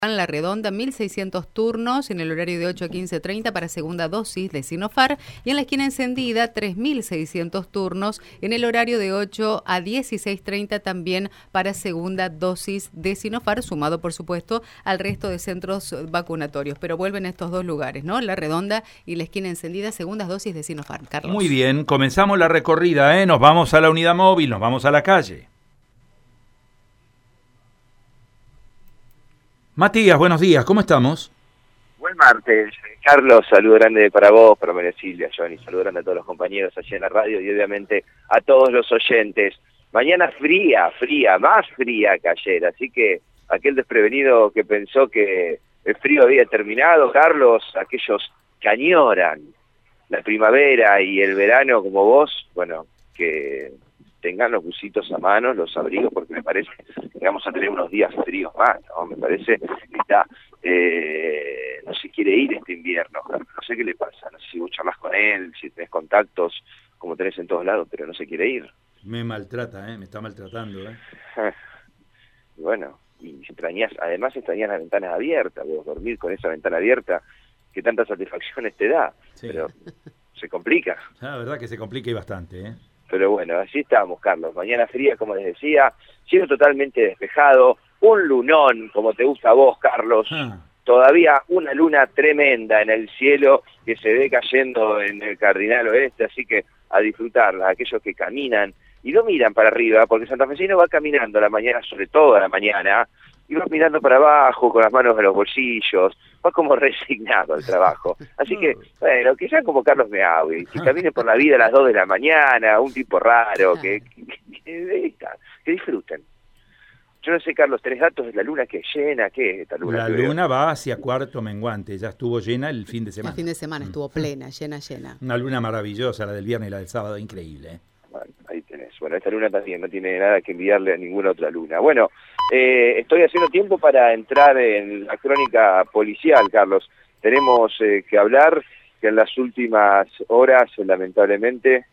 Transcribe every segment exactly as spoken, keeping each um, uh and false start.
En La Redonda, mil seiscientos turnos en el horario de ocho a quince treinta para segunda dosis de Sinopharm, y en la esquina encendida, tres mil seiscientos turnos en el horario de ocho a dieciséis treinta también para segunda dosis de Sinopharm, sumado por supuesto al resto de centros vacunatorios. Pero vuelven estos dos lugares, ¿no? La Redonda y la esquina encendida, segundas dosis de Sinopharm. Carlos. Muy bien, comenzamos la recorrida, ¿eh? Nos vamos a la unidad móvil, nos vamos a la calle. Matías, buenos días, ¿cómo estamos? Buen martes, Carlos, saludo grande para vos, para María Silvia, Johnny, saludo grande a todos los compañeros allí en la radio y obviamente a todos los oyentes. Mañana fría, fría, más fría que ayer, así que aquel desprevenido que pensó que el frío había terminado, Carlos, aquellos que añoran la primavera y el verano como vos, bueno, que tengan los busitos a mano, los abrigos, porque me parece que vamos a tener unos días fríos más, ¿no? Me parece que está, eh, no se quiere ir este invierno, no sé qué le pasa, no sé si vos charlas con él, si tenés contactos, como tenés en todos lados, pero no se quiere ir. Me maltrata, ¿eh? Me está maltratando, ¿eh? Y bueno, y extrañás, además extrañás las ventanas abiertas, vos dormir con esa ventana abierta, que tantas satisfacciones te da, sí. Pero se complica. La verdad que se complica y bastante, ¿eh? Pero bueno, así estamos, Carlos. Mañana fría, como les decía, cielo totalmente despejado, un lunón, como te gusta a vos, Carlos. Ah. Todavía una luna tremenda en el cielo que se ve cayendo en el Cardinal Oeste, así que a disfrutarla, aquellos que caminan y no miran para arriba, porque santafesino va caminando a la mañana, sobre todo a la mañana, y va mirando para abajo con las manos en los bolsillos, va como resignado al trabajo. Así que, bueno, que sean como Carlos Meawi, que camine por la vida a las dos de la mañana, un tipo raro, que, que, que, que disfruten. Yo no sé, Carlos, ¿tenés datos de la luna que es llena? ¿Qué es esta luna? La luna va hacia cuarto menguante, ya estuvo llena el fin de semana. El fin de semana estuvo plena, llena, llena. Una luna maravillosa, la del viernes y la del sábado, increíble, ¿eh? Bueno, ahí tenés. Bueno, esta luna también no tiene nada que envidiarle a ninguna otra luna. Bueno, eh, estoy haciendo tiempo para entrar en la crónica policial, Carlos. Tenemos eh, que hablar que en las últimas horas, lamentablemente,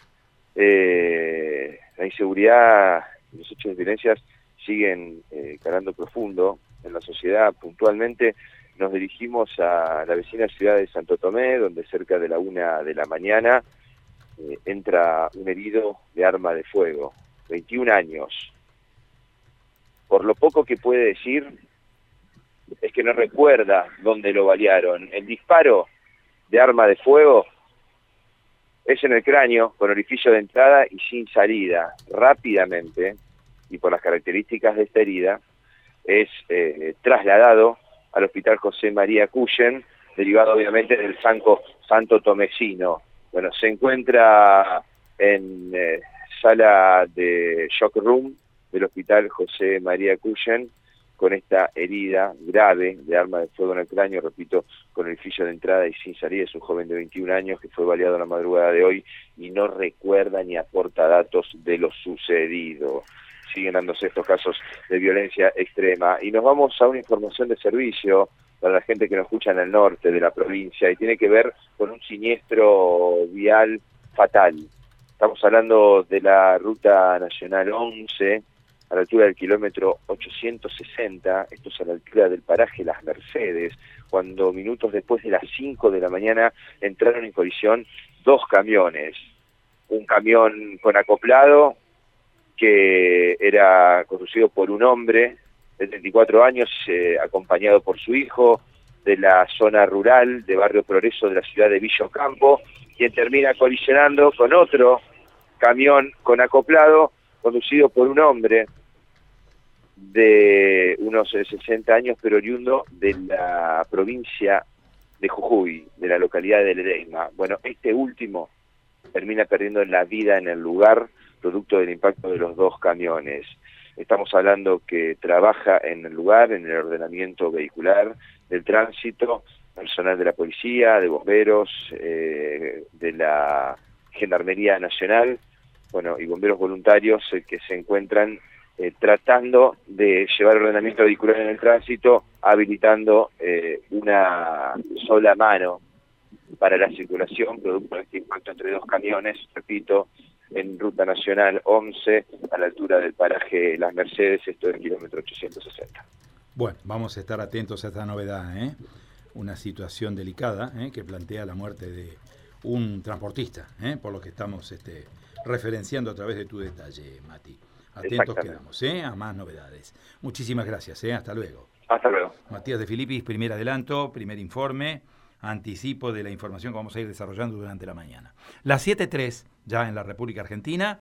eh, la inseguridad y los hechos de violencia siguen eh, calando profundo en la sociedad. Puntualmente nos dirigimos a la vecina ciudad de Santo Tomé, donde cerca de la una de la mañana Eh, entra un herido de arma de fuego, veintiún años. Por lo poco que puede decir, es que no recuerda dónde lo balearon. El disparo de arma de fuego es en el cráneo, con orificio de entrada y sin salida. Rápidamente, y por las características de esta herida, es eh, trasladado al Hospital José María Cuyen, derivado obviamente del Santo, Santo Tomecino. Bueno, se encuentra en eh, sala de shock room del Hospital José María Cuyen con esta herida grave de arma de fuego en el cráneo, repito, con orificio de entrada y sin salida. Es un joven de veintiún años que fue baleado en la madrugada de hoy y no recuerda ni aporta datos de lo sucedido. Siguen dándose estos casos de violencia extrema. Y nos vamos a una información de servicio para la gente que nos escucha en el norte de la provincia, y tiene que ver con un siniestro vial fatal. Estamos hablando de la ruta nacional once, a la altura del kilómetro ochocientos sesenta, esto es a la altura del paraje Las Mercedes, cuando minutos después de las cinco de la mañana entraron en colisión dos camiones. Un camión con acoplado, que era conducido por un hombre de treinta y cuatro años, eh, acompañado por su hijo, de la zona rural de Barrio Progreso de la ciudad de Villa Ocampo, quien termina colisionando con otro camión con acoplado, conducido por un hombre de unos sesenta años, pero oriundo de la provincia de Jujuy, de la localidad de Ledesma. Bueno, este último termina perdiendo la vida en el lugar, producto del impacto de los dos camiones. Estamos hablando que trabaja en el lugar, en el ordenamiento vehicular, del tránsito, personal de la policía, de bomberos, eh, de la Gendarmería Nacional, bueno, y bomberos voluntarios eh, que se encuentran eh, tratando de llevar el ordenamiento vehicular en el tránsito, habilitando eh, una sola mano para la circulación, producto de este impacto entre dos camiones, repito, en Ruta Nacional once, a la altura del paraje Las Mercedes, esto del kilómetro ochocientos sesenta. Bueno, vamos a estar atentos a esta novedad, ¿eh? Una situación delicada, ¿eh? Que plantea la muerte de un transportista, ¿eh? Por lo que estamos este, referenciando a través de tu detalle, Mati. Atentos quedamos, ¿eh? A más novedades. Muchísimas gracias, ¿eh? Hasta luego. Hasta luego. Matías de Filipis, primer adelanto, primer informe, anticipo de la información que vamos a ir desarrollando durante la mañana. Las siete tres, ya en la República Argentina.